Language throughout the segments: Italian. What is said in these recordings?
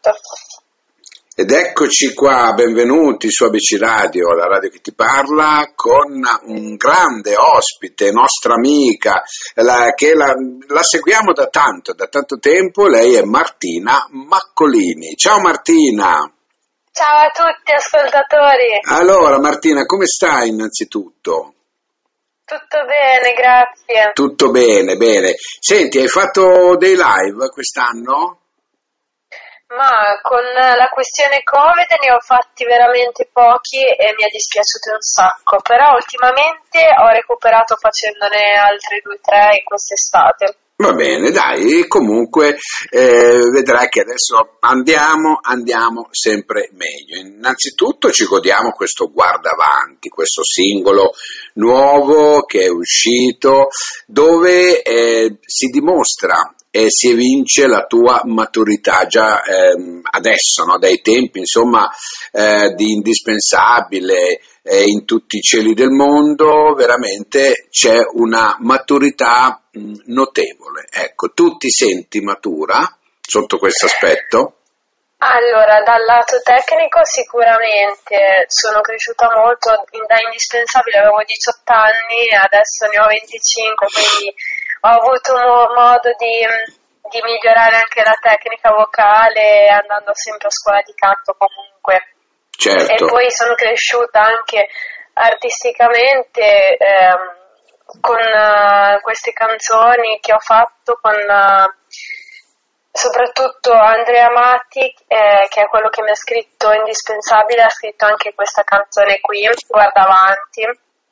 Esatto. Ed eccoci qua, benvenuti su ABC Radio, la radio che ti parla, con un grande ospite, nostra amica, che la seguiamo da tanto tempo. Lei è Martina Maccolini. Ciao Martina! Ciao a tutti ascoltatori! Allora Martina, come stai innanzitutto? Tutto bene, grazie. Tutto bene, bene. Senti, hai fatto dei live quest'anno? Ma con la questione Covid ne ho fatti veramente pochi e mi è dispiaciuto un sacco, però ultimamente ho recuperato facendone altri 2-3 in quest'estate. Va bene, dai, comunque vedrai che adesso andiamo sempre meglio. Innanzitutto ci godiamo questo Guardavanti, questo singolo nuovo che è uscito, dove si dimostra e si evince la tua maturità già adesso, no? Dai tempi insomma di Indispensabile, in tutti i cieli del mondo, veramente c'è una maturità notevole. Ecco, tu ti senti matura sotto questo aspetto? Allora, dal lato tecnico sicuramente sono cresciuta molto, da Indispensabile avevo 18 anni, adesso ne ho 25, quindi ho avuto modo di migliorare anche la tecnica vocale andando sempre a scuola di canto comunque. Certo. E poi sono cresciuta anche artisticamente con queste canzoni che ho fatto con soprattutto Andrea Matti, che è quello che mi ha scritto Indispensabile, ha scritto anche questa canzone qui, Guardavanti,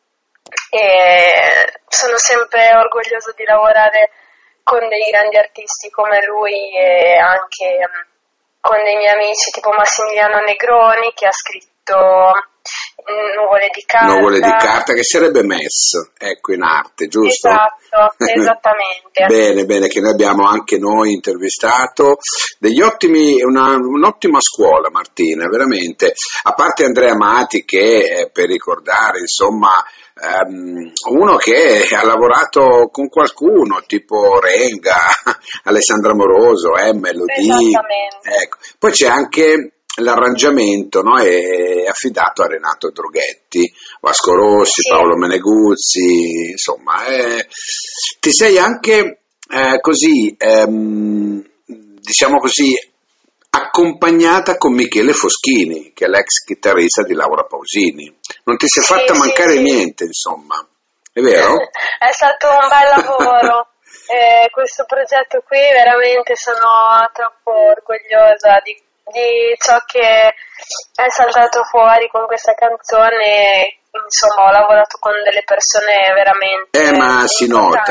e sono sempre orgoglioso di lavorare con dei grandi artisti come lui e anche con dei miei amici tipo Massimiliano Negroni, che ha scritto Nuvole di carta. Nuvole di carta, che sarebbe MES, ecco, in arte, giusto? Esatto, esattamente. Bene, che ne abbiamo anche noi intervistato. Degli ottimi, un'ottima scuola, Martina, veramente. A parte Andrea Mati, che per ricordare, insomma, uno che ha lavorato con qualcuno, tipo Renga, Alessandra Moroso, Melodie. Ecco. Poi c'è anche l'arrangiamento, no? È affidato a Renato Droghetti, Vasco Rossi, sì. Paolo Meneguzzi, insomma, ti sei anche così, diciamo così, accompagnata con Michele Foschini, che è l'ex chitarrista di Laura Pausini. Non ti si è fatta mancare niente, insomma, è vero? È stato un bel lavoro. Questo progetto qui veramente sono troppo orgogliosa di ciò che è saltato fuori con questa canzone. Insomma, ho lavorato con delle persone veramente ma si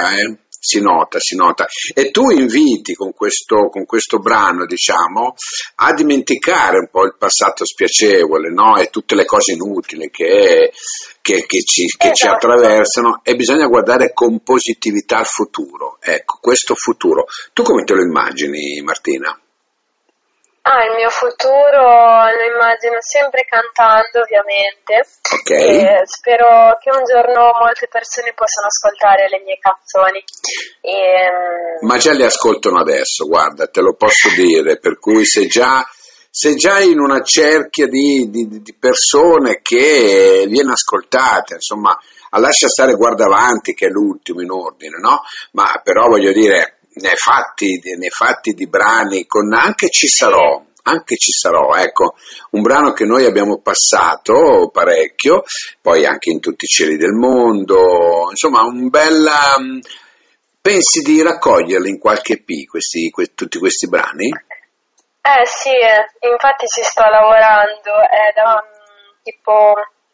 nota. E tu inviti con questo brano, diciamo, a dimenticare un po' il passato spiacevole, no? E tutte le cose inutili che ci attraversano, e bisogna guardare con positività al futuro. Ecco, questo futuro. Tu come te lo immagini, Martina? Il mio futuro lo immagino sempre cantando, ovviamente. Okay. E spero che un giorno molte persone possano ascoltare le mie canzoni. Ma già le ascoltano adesso, guarda, te lo posso dire, per cui sei già in una cerchia di persone che viene ascoltata, insomma, lascia stare Guardavanti, che è l'ultimo in ordine, no? Ma però voglio dire, ne hai fatti di brani con anche Ci sarò, ecco, un brano che noi abbiamo passato parecchio, poi anche In tutti i cieli del mondo, insomma un bel... pensi di raccoglierli in qualche EP, tutti questi brani? Sì, infatti ci sto lavorando, è da tipo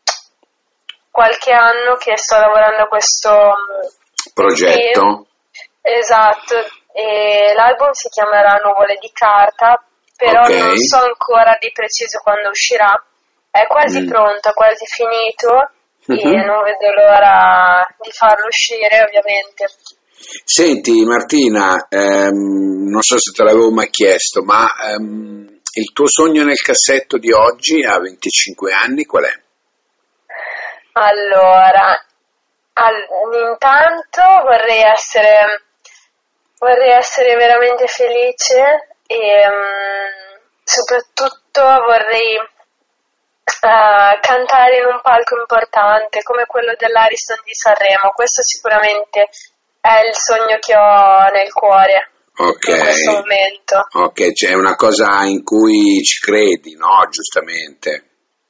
qualche anno che sto lavorando a questo progetto. Esatto, e l'album si chiamerà Nuvole di carta, però non so ancora di preciso quando uscirà. È quasi pronto, quasi finito, e non vedo l'ora di farlo uscire, ovviamente. Senti Martina, non so se te l'avevo mai chiesto, ma il tuo sogno nel cassetto di oggi, a 25 anni, qual è? Allora, intanto vorrei essere veramente felice e soprattutto vorrei cantare in un palco importante come quello dell'Ariston di Sanremo. Questo sicuramente è il sogno che ho nel cuore. Ok, in questo momento. Ok, c'è una cosa in cui ci credi, no? Giustamente.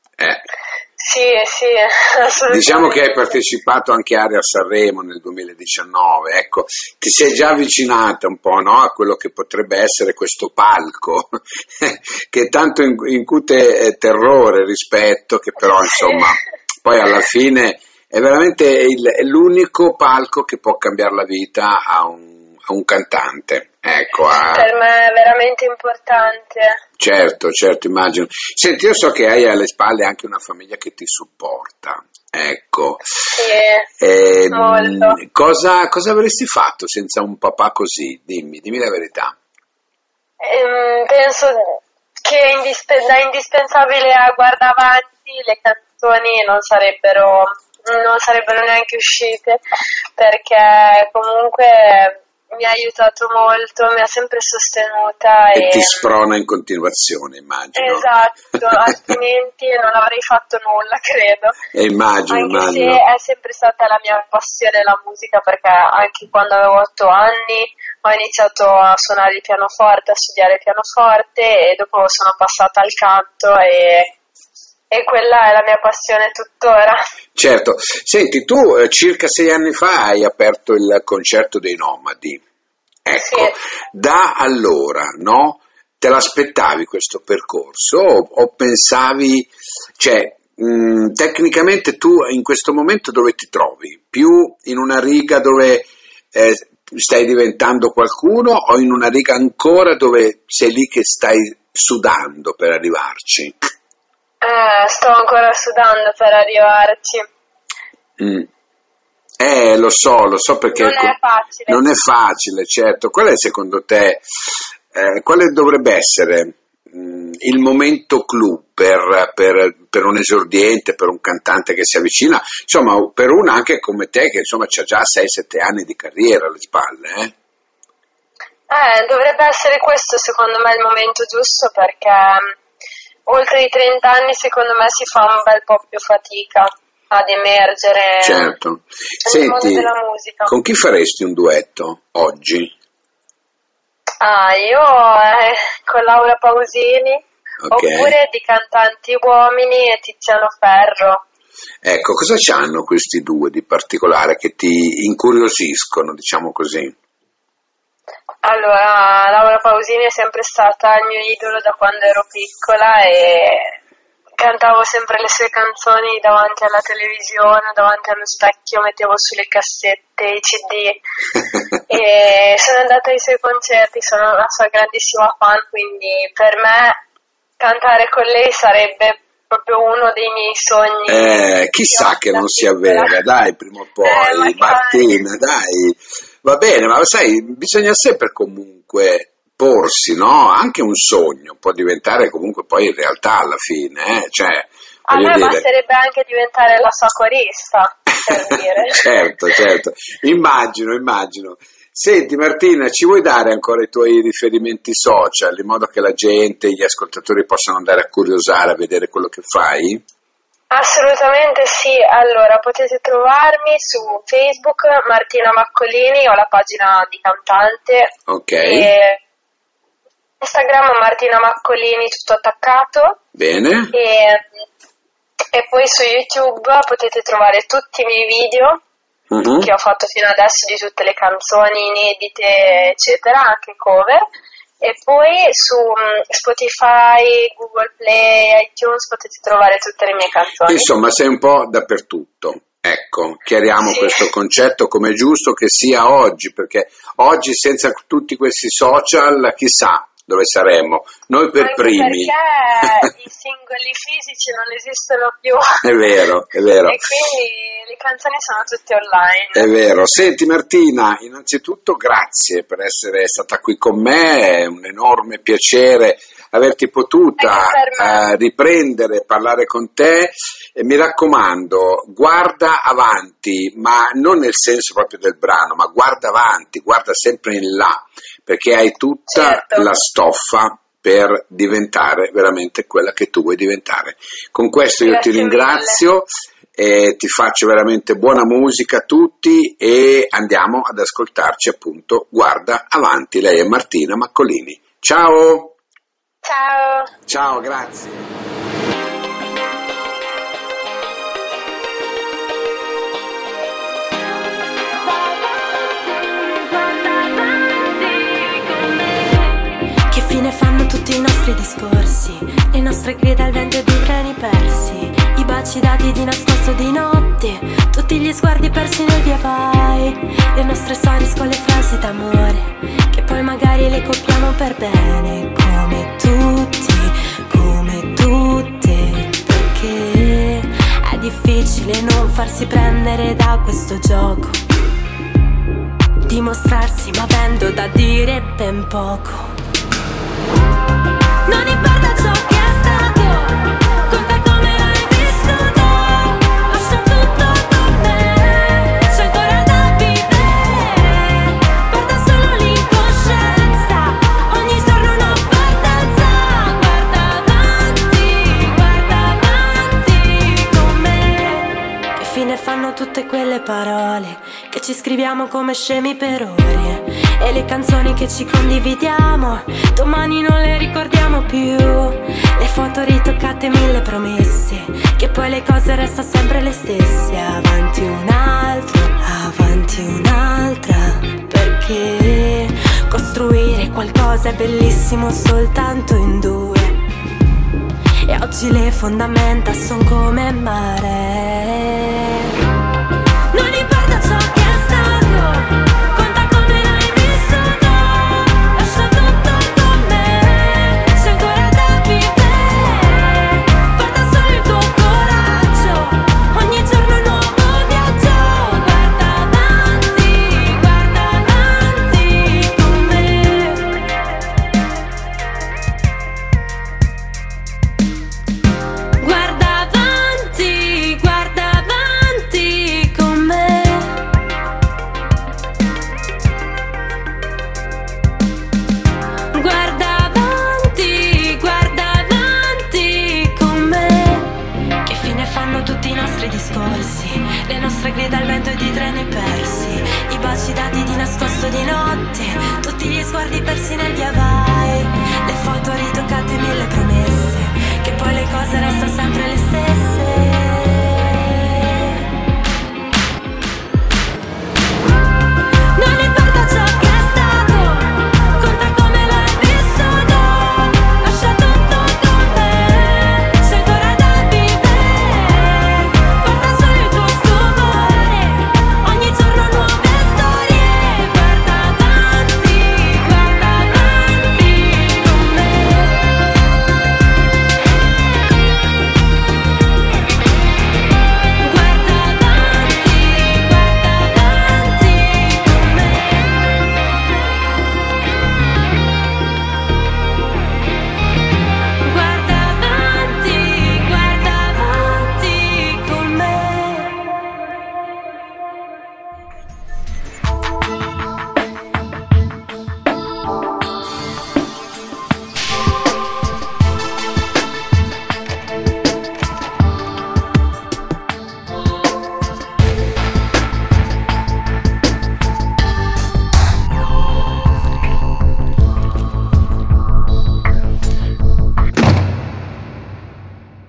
Sì, assolutamente. Diciamo che hai partecipato anche a Sanremo nel 2019, ecco, ti sei già avvicinata un po', no? A quello che potrebbe essere questo palco, che tanto incute terrore, rispetto, che però insomma, poi alla fine è veramente l'unico palco che può cambiare la vita a un cantante. Ecco, per me è veramente importante. Certo, immagino. Senti, io so che hai alle spalle anche una famiglia che ti supporta, ecco. Sì, molto. Cosa avresti fatto senza un papà così? Dimmi la verità. Penso che da indispensabile a guardavanti le canzoni non sarebbero neanche uscite, perché comunque mi ha aiutato molto, mi ha sempre sostenuta e ti sprona in continuazione, immagino. Esatto, altrimenti non avrei fatto nulla, credo. Immagino. Se è sempre stata la mia passione la musica, perché anche quando avevo 8 anni ho iniziato a suonare il pianoforte, a studiare il pianoforte, e dopo sono passata al canto e quella è la mia passione tuttora. Certo. Senti, tu circa 6 anni fa hai aperto il concerto dei Nomadi. Ecco, sì. Da allora, no? Te l'aspettavi questo percorso o pensavi, cioè, tecnicamente tu in questo momento dove ti trovi? Più in una riga dove stai diventando qualcuno o in una riga ancora dove sei lì che stai sudando per arrivarci? Sto ancora sudando per arrivarci. Lo so perché non è facile, certo. Qual è secondo te, quale dovrebbe essere il momento clou per un esordiente, per un cantante che si avvicina, insomma per una anche come te che insomma c'ha già 6-7 anni di carriera alle spalle? Dovrebbe essere questo secondo me il momento giusto, perché oltre i 30 anni secondo me si fa un bel po' più fatica ad emergere, certo. Nel mondo della musica. Con chi faresti un duetto oggi? Io con Laura Pausini, okay. Oppure di cantanti uomini e Tiziano Ferro. Ecco, cosa c'hanno questi due di particolare che ti incuriosiscono, diciamo così? Allora, Laura Pausini è sempre stata il mio idolo da quando ero piccola e cantavo sempre le sue canzoni davanti alla televisione, davanti allo specchio, mettevo sulle cassette i CD e sono andata ai suoi concerti, sono una sua grandissima fan, quindi per me cantare con lei sarebbe proprio uno dei miei sogni. Chissà che non sia vera, dai, prima o poi, Martina, dai. Va bene, ma sai, bisogna sempre comunque porsi, no? Anche un sogno può diventare comunque poi in realtà alla fine, cioè, a me basterebbe anche diventare la sua corista, per dire. Certo, immagino. Senti Martina, ci vuoi dare ancora i tuoi riferimenti social, in modo che la gente, gli ascoltatori possano andare a curiosare, a vedere quello che fai? Assolutamente sì, allora potete trovarmi su Facebook Martina Maccolini, ho la pagina di cantante, ok, e Instagram Martina Maccolini tutto attaccato, bene, e poi su YouTube potete trovare tutti i miei video che ho fatto fino adesso di tutte le canzoni inedite eccetera, anche cover. E poi su Spotify, Google Play, iTunes potete trovare tutte le mie canzoni. Insomma, sei un po' dappertutto. Ecco, chiariamo questo concetto come è giusto che sia oggi, perché oggi senza tutti questi social, chissà dove saremmo. Noi per anche primi. Perché i singoli fisici non esistono più. È vero. E quindi le canzoni sono tutte online. È vero. Senti Martina, innanzitutto grazie per essere stata qui con me, è un enorme piacere averti potuta riprendere, parlare con te, e mi raccomando, guarda avanti, ma non nel senso proprio del brano, ma guarda avanti, guarda sempre in là, perché hai tutta la stoffa per diventare veramente quella che tu vuoi diventare. Con questo io ti ringrazio, ti faccio veramente buona musica a tutti e andiamo ad ascoltarci appunto Guarda Avanti. Lei è Martina Maccolini. Ciao! Ciao! Ciao, grazie! Fine fanno tutti i nostri discorsi, le nostre grida al vento e dei treni persi, i baci dati di nascosto di notte, tutti gli sguardi persi nel via vai, le nostre stories con le frasi d'amore, che poi magari le copiamo per bene, come tutti, come tutte, perché è difficile non farsi prendere da questo gioco, dimostrarsi ma avendo da dire ben poco. Non importa ciò che è stato, conta come l'hai vissuto, lascia tutto con me, c'è ancora da vivere, guarda solo l'incoscienza, ogni giorno una partenza, guarda avanti con me. Che fine fanno tutte quelle parole che ci scriviamo come scemi per ore, e le canzoni che ci condividiamo, domani non le ricordiamo più, le foto ritoccate, mille promesse, che poi le cose restano sempre le stesse, avanti un'altra, perché costruire qualcosa è bellissimo soltanto in due, e oggi le fondamenta son come mare. Non importa ciò che è stato, conta come l'hai vissuto, lascia tutto con me, c'è ancora da vivere, guarda solo il tuo coraggio, ogni giorno un nuovo viaggio, guarda avanti con me. Guarda avanti con me. Guarda avanti con me. Che fine fanno tutti i nostri discorsi, le nostre grida al vento e di treni persi, i baci dati di nascosto di notte, tutti gli sguardi persi nel via vai.